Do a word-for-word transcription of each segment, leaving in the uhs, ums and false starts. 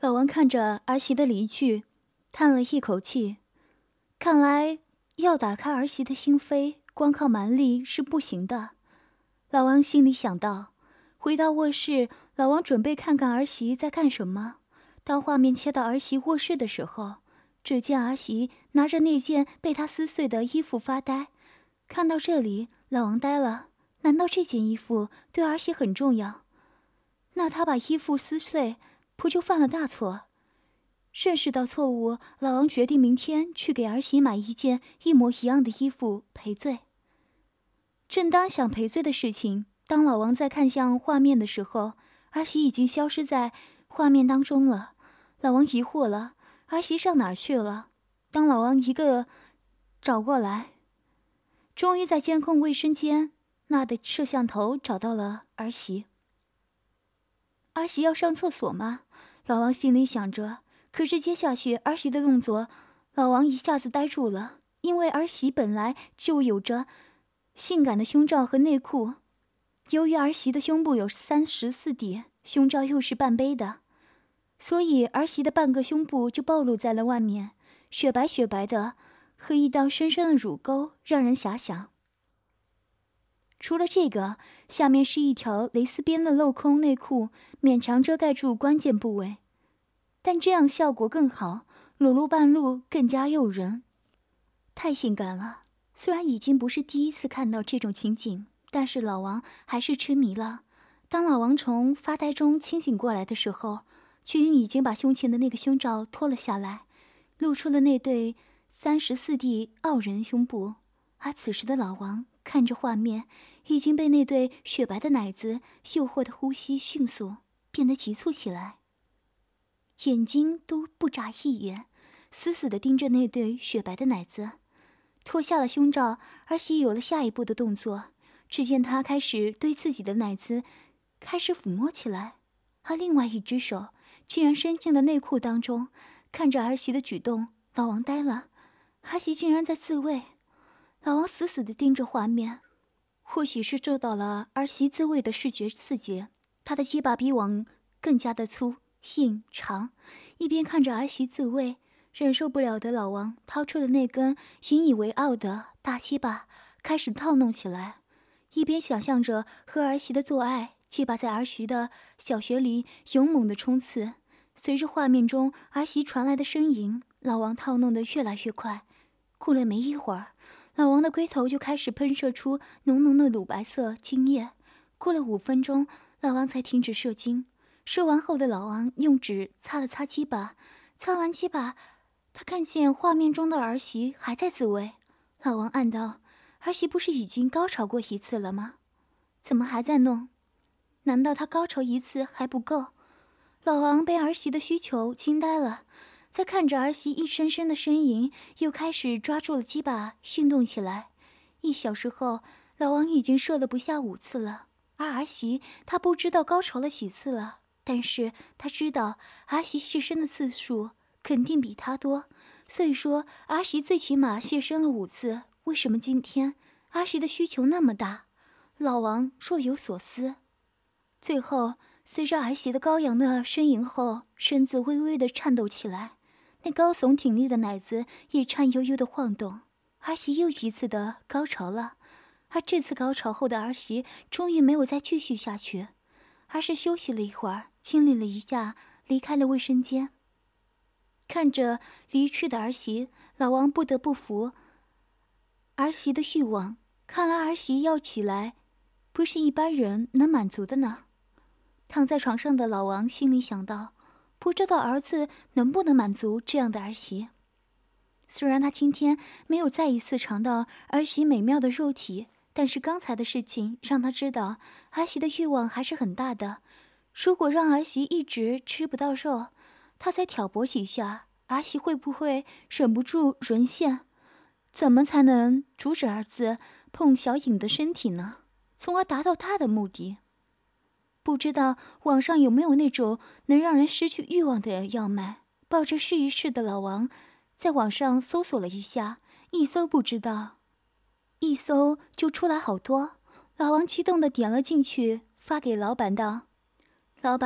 老王看着儿媳的离去，叹了一口气，看来要打开儿媳的心扉，光靠蛮力是不行的。老王心里想到。回到卧室，老王准备看看儿媳在干什么。当画面切到儿媳卧室的时候，只见儿媳拿着那件被她撕碎的衣服发呆。看到这里，老王呆了。难道这件衣服对儿媳很重要？那他把衣服撕碎，不就犯了大错？认识到错误，老王决定明天去给儿媳买一件一模一样的衣服赔罪。正当想赔罪的事情，当老王在看向画面的时候，儿媳已经消失在画面当中了。老王疑惑了，儿媳上哪儿去了？当老王一个找过来，终于在监控卫生间那的摄像头找到了儿媳。儿媳要上厕所吗？老王心里想着。可是接下去儿媳的动作，老王一下子呆住了，因为儿媳本来就有着性感的胸罩和内裤。由于儿媳的胸部有三十四 D， 胸罩又是半背的，所以儿媳的半个胸部就暴露在了外面，雪白雪白的，和一道深深的乳沟，让人遐想。除了这个，下面是一条蕾丝边的镂空内裤，勉强遮盖住关键部位，但这样效果更好，裸露半露更加诱人，太性感了。虽然已经不是第一次看到这种情景，但是老王还是痴迷了。当老王从发呆中清醒过来的时候，曲云已经把胸前的那个胸罩脱了下来，露出了那对三十四 D 傲人胸部。而此时的老王看着画面，已经被那对雪白的奶子诱惑的呼吸迅速变得急促起来，眼睛都不眨一眼，死死地盯着那对雪白的奶子。脱下了胸罩，儿媳有了下一步的动作。只见她开始对自己的奶子开始抚摸起来，而另外一只手竟然伸进了内裤当中。看着儿媳的举动，老王呆了，儿媳竟然在自慰。老王死死地盯着画面，或许是受到了儿媳自慰的视觉刺激，他的鸡巴比往更加的粗硬长。一边看着儿媳自慰，忍受不了的老王掏出了那根引以为傲的大鸡巴，开始套弄起来，一边想象着和儿媳的做爱，鸡巴在儿媳的小穴里勇猛的冲刺。随着画面中儿媳传来的呻吟，老王套弄得越来越快。过了没一会儿，老王的龟头就开始喷射出浓浓的乳白色精液。过了五分钟，老王才停止射精。射完后的老王用纸擦了擦鸡巴，擦完鸡巴，他看见画面中的儿媳还在自慰。老王暗道，儿媳不是已经高潮过一次了吗？怎么还在弄？难道他高潮一次还不够？老王被儿媳的需求惊呆了，在看着儿媳一声声的呻吟，又开始抓住了鸡巴运动起来。一小时后，老王已经射了不下五次了，而儿媳她不知道高潮了几次了，但是她知道儿媳现身的次数肯定比他多，所以说儿媳最起码现身了五次。为什么今天儿媳的需求那么大？老王若有所思。最后随着儿媳的高扬的呻吟后，身子微微的颤抖起来，那高耸挺立的奶子也颤悠悠的晃动。儿媳又一次的高潮了，而这次高潮后的儿媳终于没有再继续下去，而是休息了一会儿，清理了一下，离开了卫生间。看着离去的儿媳，老王不得不服儿媳的欲望，看来儿媳要起来不是一般人能满足的呢。躺在床上的老王心里想到，不知道儿子能不能满足这样的儿媳。虽然他今天没有再一次尝到儿媳美妙的肉体，但是刚才的事情让他知道儿媳的欲望还是很大的。如果让儿媳一直吃不到肉，他再挑拨几下，儿媳会不会忍不住沦陷？怎么才能阻止儿子碰小颖的身体呢？从而达到他的目的？不知道网上有没有那种能让人失去欲望的药卖？抱着试一试的老王在网上搜索了一下，一搜不知道，一搜就出来好多。老王激动地点了进去，发给老板道：老板，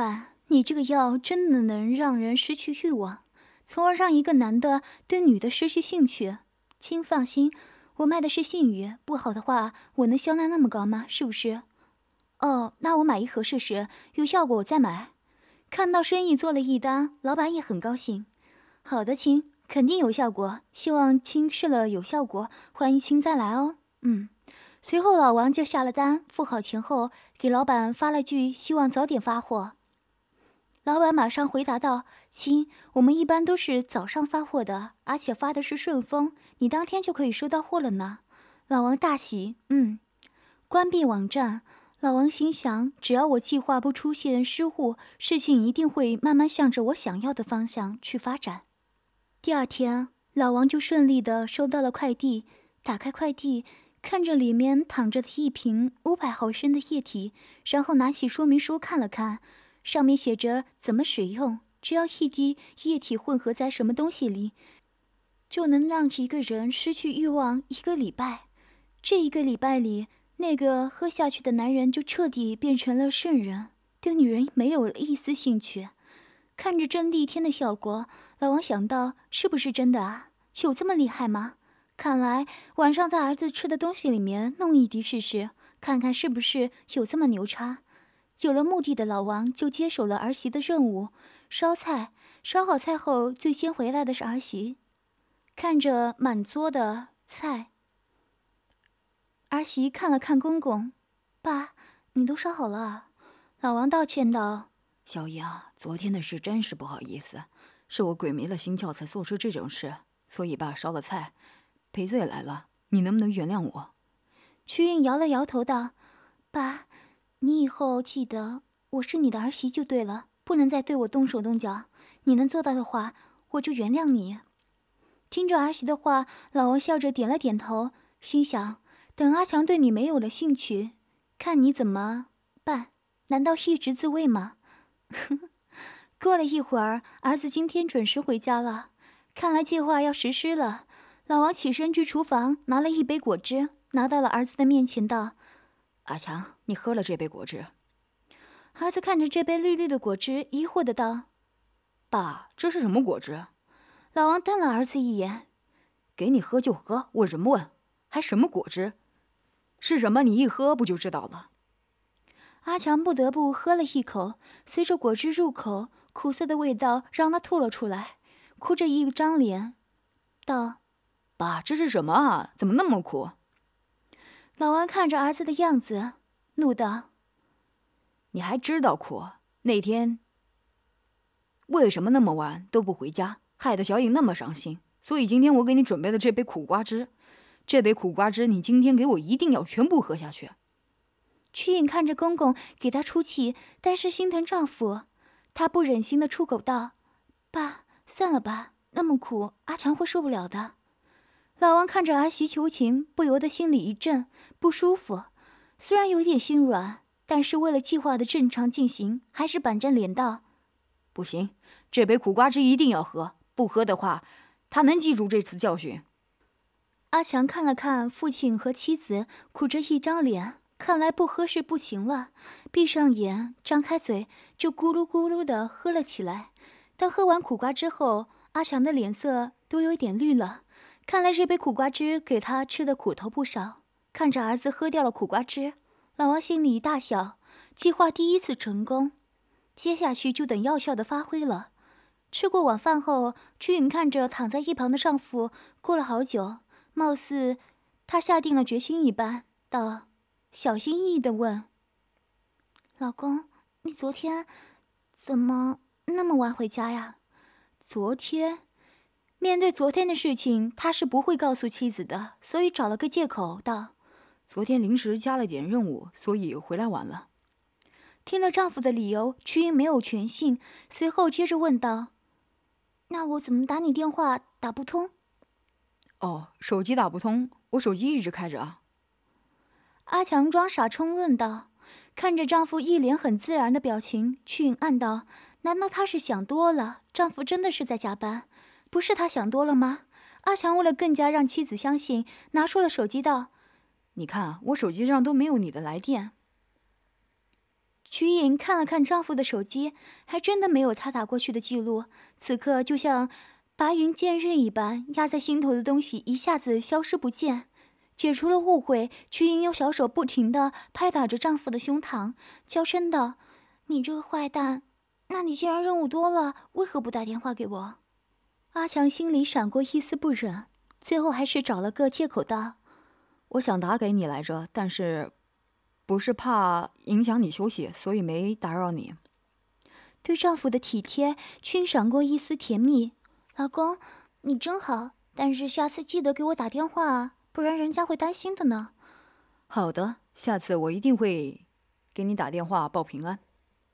你这个药真的能让人失去欲望，从而让一个男的对女的失去兴趣？亲，放心，我卖的是性欲，不好的话，我能销量那么高吗？是不是？哦，那我买一盒试试，有效果我再买。看到生意做了一单，老板也很高兴。好的，亲，肯定有效果，希望亲试了有效果，欢迎亲再来哦。嗯。随后老王就下了单，付好钱后给老板发了句希望早点发货。老板马上回答道：亲，我们一般都是早上发货的，而且发的是顺丰，你当天就可以收到货了呢。老王大喜，嗯。关闭网站，老王心想，只要我计划不出现失误，事情一定会慢慢向着我想要的方向去发展。第二天，老王就顺利地收到了快递，打开快递，看着里面躺着的一瓶五百毫升的液体，然后拿起说明书看了看，上面写着怎么使用，只要一滴液体混合在什么东西里，就能让一个人失去欲望一个礼拜。这一个礼拜里，那个喝下去的男人就彻底变成了圣人，对女人没有了一丝兴趣。看着这逆天的效果，老王想到，是不是真的啊？有这么厉害吗？看来晚上在儿子吃的东西里面弄一滴试试，看看是不是有这么牛叉。有了目的的老王就接手了儿媳的任务，烧菜。烧好菜后，最先回来的是儿媳。看着满桌的菜，儿媳看了看公公，爸，你都烧好了啊？老王道歉道： 小姨啊，昨天的事真是不好意思，是我鬼迷了心窍才做出这种事，所以爸烧了菜，赔罪来了，你能不能原谅我？ 曲韵摇了摇头道：爸，你以后记得我是你的儿媳就对了，不能再对我动手动脚，你能做到的话，我就原谅你。听着儿媳的话，老王笑着点了点头，心想，等阿强对你没有了兴趣，看你怎么办，难道一直自慰吗？过了一会儿，儿子今天准时回家了，看来计划要实施了。老王起身去厨房拿了一杯果汁，拿到了儿子的面前道： 阿强，你喝了这杯果汁。 儿子看着这杯绿绿的果汁，疑惑的道： 爸，这是什么果汁？ 老王瞪了儿子一眼： 给你喝就喝，问什么问？还什么果汁？是什么你一喝不就知道了？ 阿强不得不喝了一口，随着果汁入口，苦涩的味道让他吐了出来，哭着一张脸道： 爸，这是什么啊？怎么那么苦？ 老王看着儿子的样子，怒道： 你还知道苦？那天为什么那么晚都不回家，害得小颖那么伤心，所以今天我给你准备了这杯苦瓜汁，这杯苦瓜汁你今天给我一定要全部喝下去。 曲颖看着公公给她出气，但是心疼丈夫，她不忍心的出口道：爸，算了吧，那么苦，阿强会受不了的。老王看着儿媳求情，不由得心里一震，不舒服。虽然有点心软，但是为了计划的正常进行，还是板着脸道： 不行，这杯苦瓜汁一定要喝，不喝的话，他能记住这次教训。 阿强看了看父亲和妻子，苦着一张脸，看来不喝是不行了，闭上眼，张开嘴，就咕噜咕噜地喝了起来。当喝完苦瓜之后，阿强的脸色都有点绿了，看来这杯苦瓜汁给他吃的苦头不少。看着儿子喝掉了苦瓜汁，老王心里大笑，计划第一次成功，接下去就等药效的发挥了。吃过晚饭后，曲颖看着躺在一旁的丈夫，过了好久，貌似她下定了决心一般，道：小心翼翼地问：老公，你昨天怎么那么晚回家呀？昨天？面对昨天的事情，他是不会告诉妻子的，所以找了个借口道： 昨天临时加了点任务，所以回来晚了。 听了丈夫的理由，曲颖没有全信，随后接着问道：那我怎么打你电话打不通？ 哦，手机打不通，我手机一直开着啊。 阿强装傻充愣道。看着丈夫一脸很自然的表情，曲颖暗道：难道她是想多了？丈夫真的是在加班？不是她想多了吗？阿强为了更加让妻子相信，拿出了手机道： 你看，我手机上都没有你的来电。 瞿颖看了看丈夫的手机，还真的没有他打过去的记录。此刻就像白云见日一般，压在心头的东西一下子消失不见。解除了误会，瞿颖用小手不停地拍打着丈夫的胸膛，娇嗔道：“你这个坏蛋，那你既然任务多了，为何不打电话给我？”阿强心里闪过一丝不忍，最后还是找了个借口道：“ 我想打给你来着，但是不是怕影响你休息，所以没打扰你。” 对丈夫的体贴，瞿颖闪过一丝甜蜜。老公，你真好，但是下次记得给我打电话啊，不然人家会担心的呢。 好的，下次我一定会给你打电话报平安。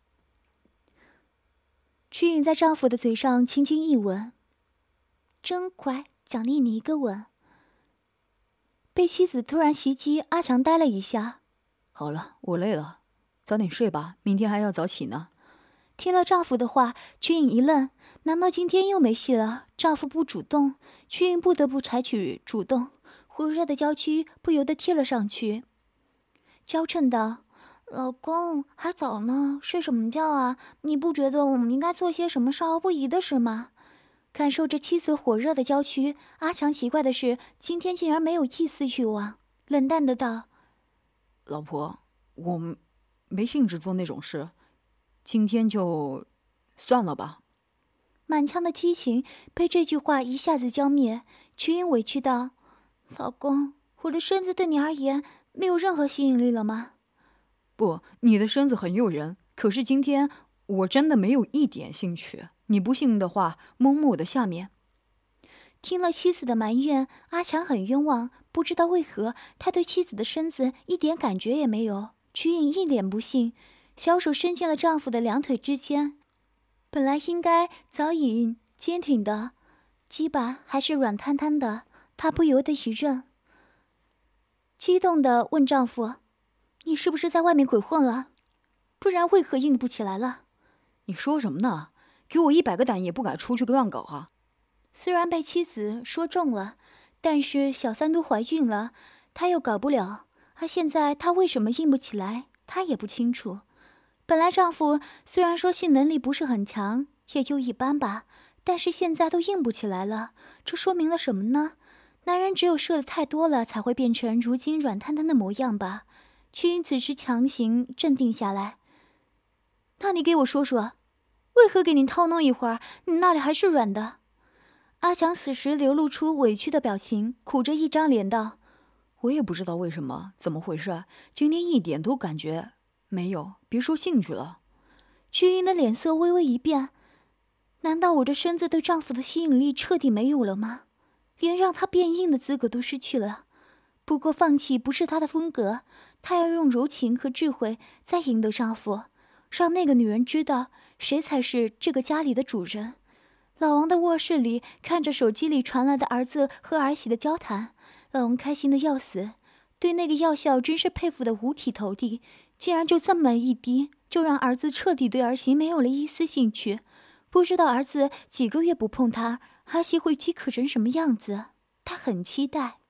瞿颖在丈夫的嘴上轻轻一吻，真乖，奖励你一个吻。被妻子突然袭击，阿强呆了一下。 好了，我累了，早点睡吧，明天还要早起呢。 听了丈夫的话，瞿颖一愣，难道今天又没戏了？丈夫不主动，瞿颖不得不采取主动，火热的娇躯不由得贴了上去，娇嗔道：“老公，还早呢，睡什么觉啊？你不觉得我们应该做些什么少儿不宜的事吗？”感受着妻子火热的娇躯，阿强奇怪的是，今天竟然没有一丝欲望，冷淡的道：“ 老婆，我没兴致做那种事。今天就算了吧。” 满腔的激情被这句话一下子浇灭，瞿颖委屈道：“老公，我的身子对你而言没有任何吸引力了吗？”“ 不，你的身子很诱人，可是今天我真的没有一点兴趣。你不信的话，摸摸我的下面。” 听了妻子的埋怨，阿强很冤枉，不知道为何他对妻子的身子一点感觉也没有。瞿颖一脸不信，小手伸进了丈夫的两腿之间，本来应该早已坚挺的鸡巴还是软瘫瘫的，她不由得一愣，激动地问丈夫：“你是不是在外面鬼混了？不然为何硬不起来了？”“ 你说什么呢？给我一百个胆也不敢出去乱搞啊！” 虽然被妻子说中了，但是小三都怀孕了，他又搞不了。而现在他为什么硬不起来，他也不清楚。本来丈夫虽然说性能力不是很强，也就一般吧，但是现在都硬不起来了，这说明了什么呢？男人只有射的太多了，才会变成如今软瘫瘫的模样吧。瞿颖此时强行镇定下来：“那你给我说说，为何给你套弄一会儿，你那里还是软的？”阿强此时流露出委屈的表情，苦着一张脸道：“ 我也不知道为什么，怎么回事，今天一点都感觉没有，别说兴趣了。” 瞿颖的脸色微微一变，难道我这身子对丈夫的吸引力彻底没有了吗？连让他变硬的资格都失去了。不过放弃不是他的风格，他要用柔情和智慧再赢得丈夫，让那个女人知道谁才是这个家里的主人。老王的卧室里，看着手机里传来的儿子和儿媳的交谈，老王开心的要死，对那个药效真是佩服的五体投地，竟然就这么一滴，就让儿子彻底对儿媳没有了一丝兴趣。不知道儿子几个月不碰她，儿媳会饥渴成什么样子，他很期待。